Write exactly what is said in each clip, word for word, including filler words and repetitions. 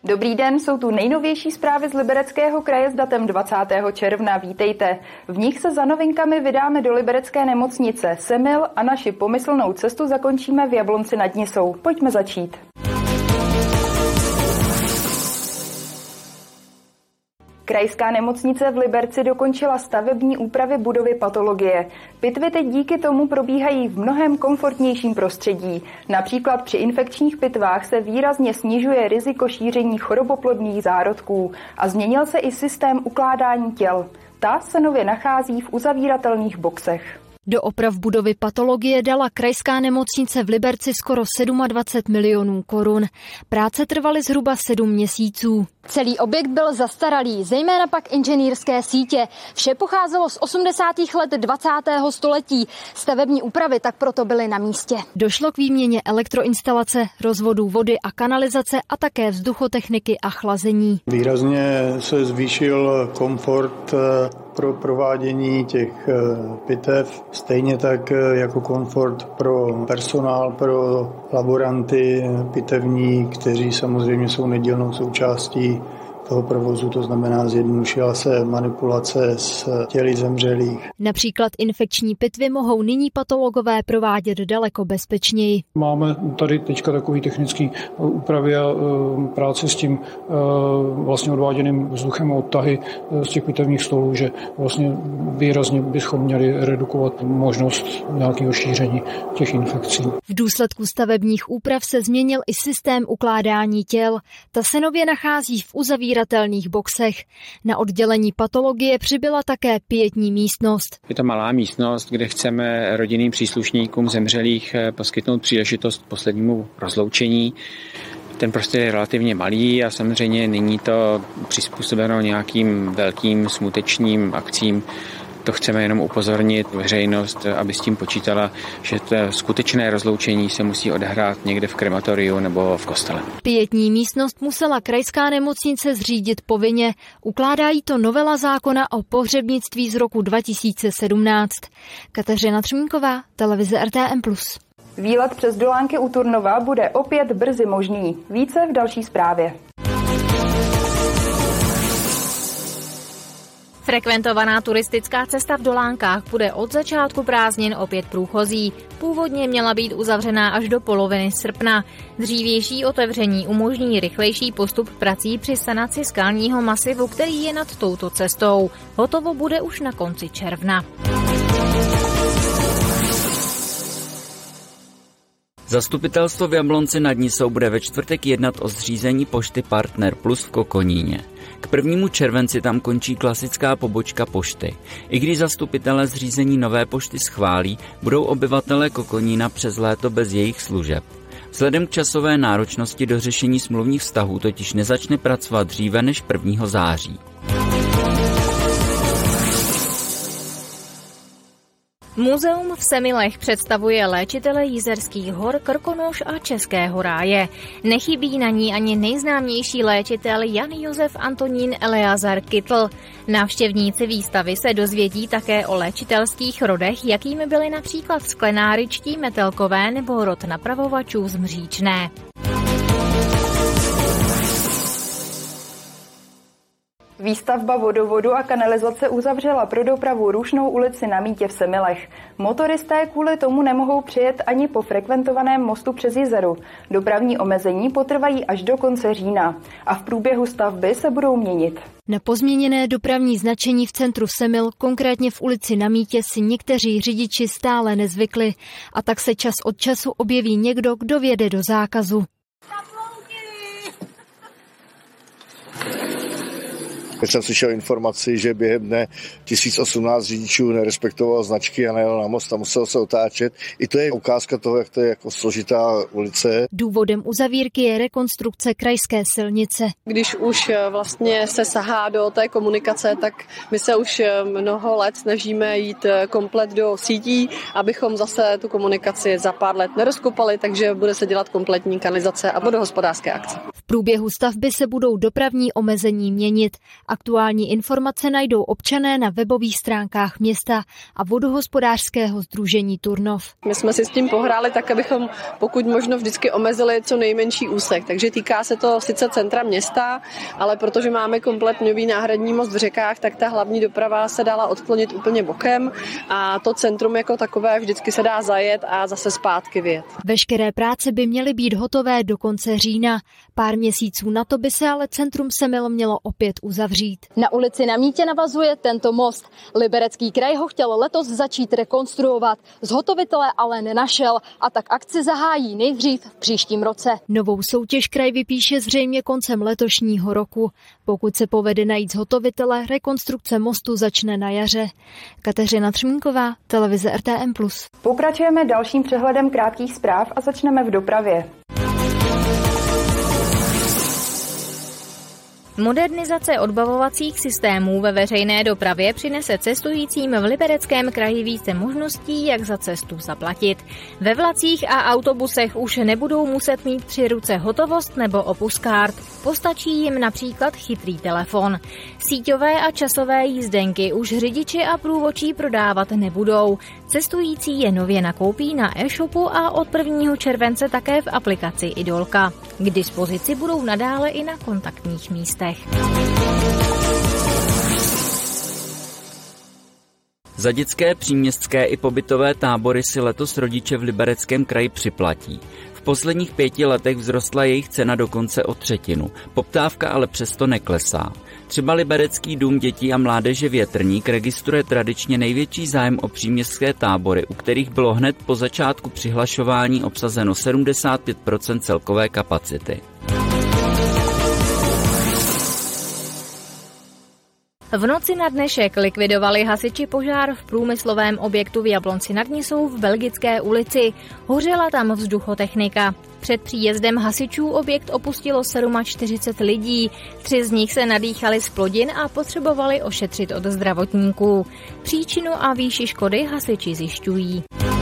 Dobrý den, jsou tu nejnovější zprávy z Libereckého kraje s datem dvacátého června. Vítejte. V nich se za novinkami vydáme do liberecké nemocnice Semil a naši pomyslnou cestu zakončíme v Jablonci nad Nisou. Pojďme začít. Krajská nemocnice v Liberci dokončila stavební úpravy budovy patologie. Pitvy teď díky tomu probíhají v mnohem komfortnějším prostředí. Například při infekčních pitvách se výrazně snižuje riziko šíření choroboplodných zárodků a změnil se i systém ukládání těl. Ta se nově nachází v uzavíratelných boxech. Do oprav budovy patologie dala krajská nemocnice v Liberci skoro dvacet sedm milionů korun. Práce trvaly zhruba sedm měsíců. Celý objekt byl zastaralý, zejména pak inženýrské sítě. Vše pocházelo z osmdesátých let dvacátého století. Stavební úpravy tak proto byly na místě. Došlo k výměně elektroinstalace, rozvodů vody a kanalizace a také vzduchotechniky a chlazení. Výrazně se zvýšil komfort pro provádění těch pitev, stejně tak jako komfort pro personál, pro laboranty pitevní, kteří samozřejmě jsou nedílnou součástí toho provozu, to znamená zjednodušila se manipulace s těly zemřelých. Například infekční pitvy mohou nyní patologové provádět daleko bezpečněji. Máme tady teďka takový technický úpravy a práce s tím vlastně odváděným vzduchem a odtahy z těch pitevních stolů, že vlastně výrazně bychom měli redukovat možnost nějakého šíření těch infekcí. V důsledku stavebních úprav se změnil i systém ukládání těl. Ta se nově nachází v uzavírání boxech. Na oddělení patologie přibyla také pietní místnost. Je to malá místnost, kde chceme rodinným příslušníkům zemřelých poskytnout příležitost k poslednímu rozloučení. Ten prostor je relativně malý a samozřejmě není to přizpůsobeno nějakým velkým smutečním akcím. To chceme jenom upozornit veřejnost, aby s tím počítala, že to skutečné rozloučení se musí odehrát někde v krematoriu nebo v kostele. Pietní místnost musela krajská nemocnice zřídit povinně. Ukládá jí to novela zákona o pohřebnictví z roku dva tisíce sedmnáct. Kateřina Třmínková, televize R T M plus. Výlet přes Dolánky u Turnova bude opět brzy možný. Více v další zprávě. Frekventovaná turistická cesta v Dolánkách bude od začátku prázdnin opět průchozí. Původně měla být uzavřená až do poloviny srpna. Dřívější otevření umožní rychlejší postup prací při sanaci skalního masivu, který je nad touto cestou. Hotovo bude už na konci června. Zastupitelstvo v Jablonci nad Nisou bude ve čtvrtek jednat o zřízení pošty Partner Plus v Kokoníně. K prvnímu červenci tam končí klasická pobočka pošty. I když zastupitelé zřízení nové pošty schválí, budou obyvatelé Kokonína přes léto bez jejich služeb. Vzhledem k časové náročnosti do řešení smluvních vztahů totiž nezačne pracovat dříve než prvního září. Muzeum v Semilech představuje léčitele Jizerských hor, Krkonoš a Českého ráje. Nechybí na ní ani nejznámější léčitel Jan Josef Antonín Eleazar Kytl. Návštěvníci výstavy se dozvědí také o léčitelských rodech, jakými byly například sklenáričtí Metelkové nebo rod napravovačů z Mříčné. Výstavba vodovodu a kanalizace uzavřela pro dopravu Rušnou ulici na Mítě v Semilech. Motoristé kvůli tomu nemohou přijet ani po frekventovaném mostu přes Jizeru. Dopravní omezení potrvají až do konce října a v průběhu stavby se budou měnit. Na pozměněné dopravní značení v centru Semil, konkrétně v ulici na Mítě, si někteří řidiči stále nezvykli a tak se čas od času objeví někdo, kdo vjede do zákazu. Teď jsem slyšel informaci, že během dne tisíc osmnáct řidičů nerespektovalo značky a nejel na most a musel se otáčet. I to je ukázka toho, jak to je jako složitá ulice. Důvodem uzavírky je rekonstrukce krajské silnice. Když už vlastně se sahá do té komunikace, tak my se už mnoho let snažíme jít komplet do sítí, abychom zase tu komunikaci za pár let nerozkopali, takže bude se dělat kompletní kanalizace a vodohospodářské akce. V průběhu stavby se budou dopravní omezení měnit. Aktuální informace najdou občané na webových stránkách města a vodohospodářského sdružení Turnov. My jsme si s tím pohráli tak, abychom pokud možno vždycky omezili co nejmenší úsek. Takže týká se to sice centra města, ale protože máme komplet nový náhradní most v Řekách, tak ta hlavní doprava se dala odklonit úplně bokem a to centrum jako takové vždycky se dá zajet a zase zpátky vyjet. Veškeré práce by měly být hotové do konce října. Pár měsíců na to by se ale centrum Semil mělo opět uzavřít. Na ulici Na Mítě navazuje tento most. Liberecký kraj ho chtěl letos začít rekonstruovat. Zhotovitele ale nenašel a tak akci zahájí nejdřív v příštím roce. Novou soutěž kraj vypíše zřejmě koncem letošního roku. Pokud se povede najít zhotovitele, rekonstrukce mostu začne na jaře. Kateřina Třmínková, televize R T M plus. Pokračujeme dalším přehledem krátkých zpráv a začneme v dopravě. Modernizace odbavovacích systémů ve veřejné dopravě přinese cestujícím v Libereckém kraji více možností, jak za cestu zaplatit. Ve vlacích a autobusech už nebudou muset mít při ruce hotovost nebo opuskart. Postačí jim například chytrý telefon. Síťové a časové jízdenky už řidiči a průvodčí prodávat nebudou. Cestující je nově nakoupí na e-shopu a od prvního července také v aplikaci Idolka. K dispozici budou nadále i na kontaktních místech. Za dětské, příměstské i pobytové tábory si letos rodiče v Libereckém kraji připlatí. V posledních pěti letech vzrostla jejich cena dokonce o třetinu. Poptávka ale přesto neklesá. Třeba Liberecký dům dětí a mládeže Větrník registruje tradičně největší zájem o příměstské tábory, u kterých bylo hned po začátku přihlašování obsazeno sedmdesát pět procent celkové kapacity. V noci na dnešek likvidovali hasiči požár v průmyslovém objektu v Jablonci nad Nisou v Belgické ulici. Hořela tam vzduchotechnika. Před příjezdem hasičů objekt opustilo čtyřicet sedm lidí. Tři z nich se nadýchali z plodin a potřebovali ošetřit od zdravotníků. Příčinu a výši škody hasiči zjišťují.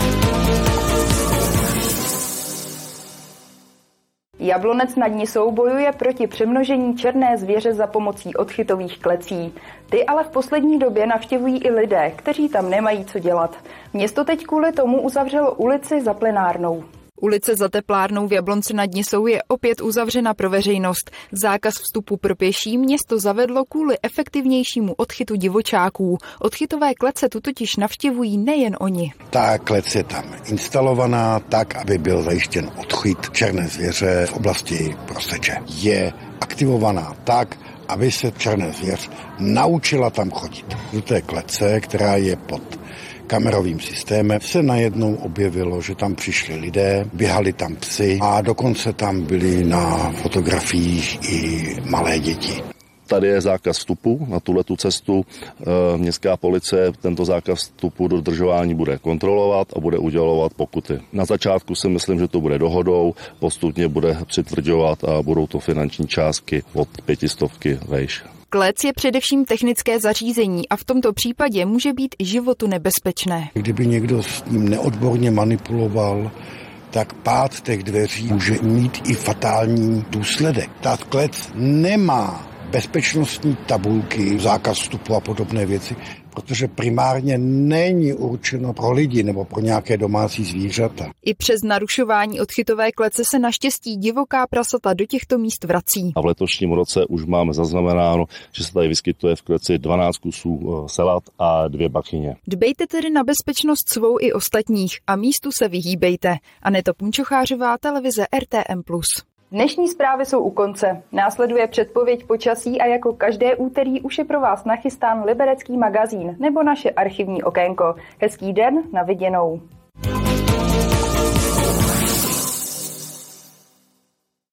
Jablonec nad Nisou bojuje proti přemnožení černé zvěře za pomocí odchytových klecí. Ty ale v poslední době navštěvují i lidé, kteří tam nemají co dělat. Město teď kvůli tomu uzavřelo ulici za plenárnou. Ulice za teplárnou v Jablonci nad Nisou je opět uzavřena pro veřejnost. Zákaz vstupu pro pěší město zavedlo kvůli efektivnějšímu odchytu divočáků. Odchytové klece tu totiž navštěvují nejen oni. Ta klec je tam instalovaná tak, aby byl zajištěn odchyt černé zvěře v oblasti Proseče. Je aktivovaná tak, aby se černé zvěř naučila tam chodit. Do té klece, která je pod kamerovým systémem, se najednou objevilo, že tam přišli lidé, běhali tam psy a dokonce tam byli na fotografiích i malé děti. Tady je zákaz vstupu na tuhletu cestu. Městská policie tento zákaz vstupu do dodržování bude kontrolovat a bude udělovat pokuty. Na začátku si myslím, že to bude dohodou, postupně bude přitvrdovat a budou to finanční částky od pětistovky vejš. Klec je především technické zařízení a v tomto případě může být životu nebezpečné. Kdyby někdo s ním neodborně manipuloval, tak pád těch dveří může mít i fatální důsledek. Ta klec nemá bezpečnostní tabulky, zákaz vstupu a podobné věci, protože primárně není určeno pro lidi nebo pro nějaké domácí zvířata. I přes narušování odchytové klece se naštěstí divoká prasata do těchto míst vrací. A v letošním roce už máme zaznamenáno, že se tady vyskytuje v kleci dvanáct kusů selat a dvě bachyně. Dbejte tedy na bezpečnost svou i ostatních a místu se vyhýbejte. Aneta Punčochářová, televize R T M plus. Dnešní zprávy jsou u konce. Následuje předpověď počasí a jako každé úterý už je pro vás nachystán Liberecký magazín nebo naše archivní okénko. Hezký den, na viděnou.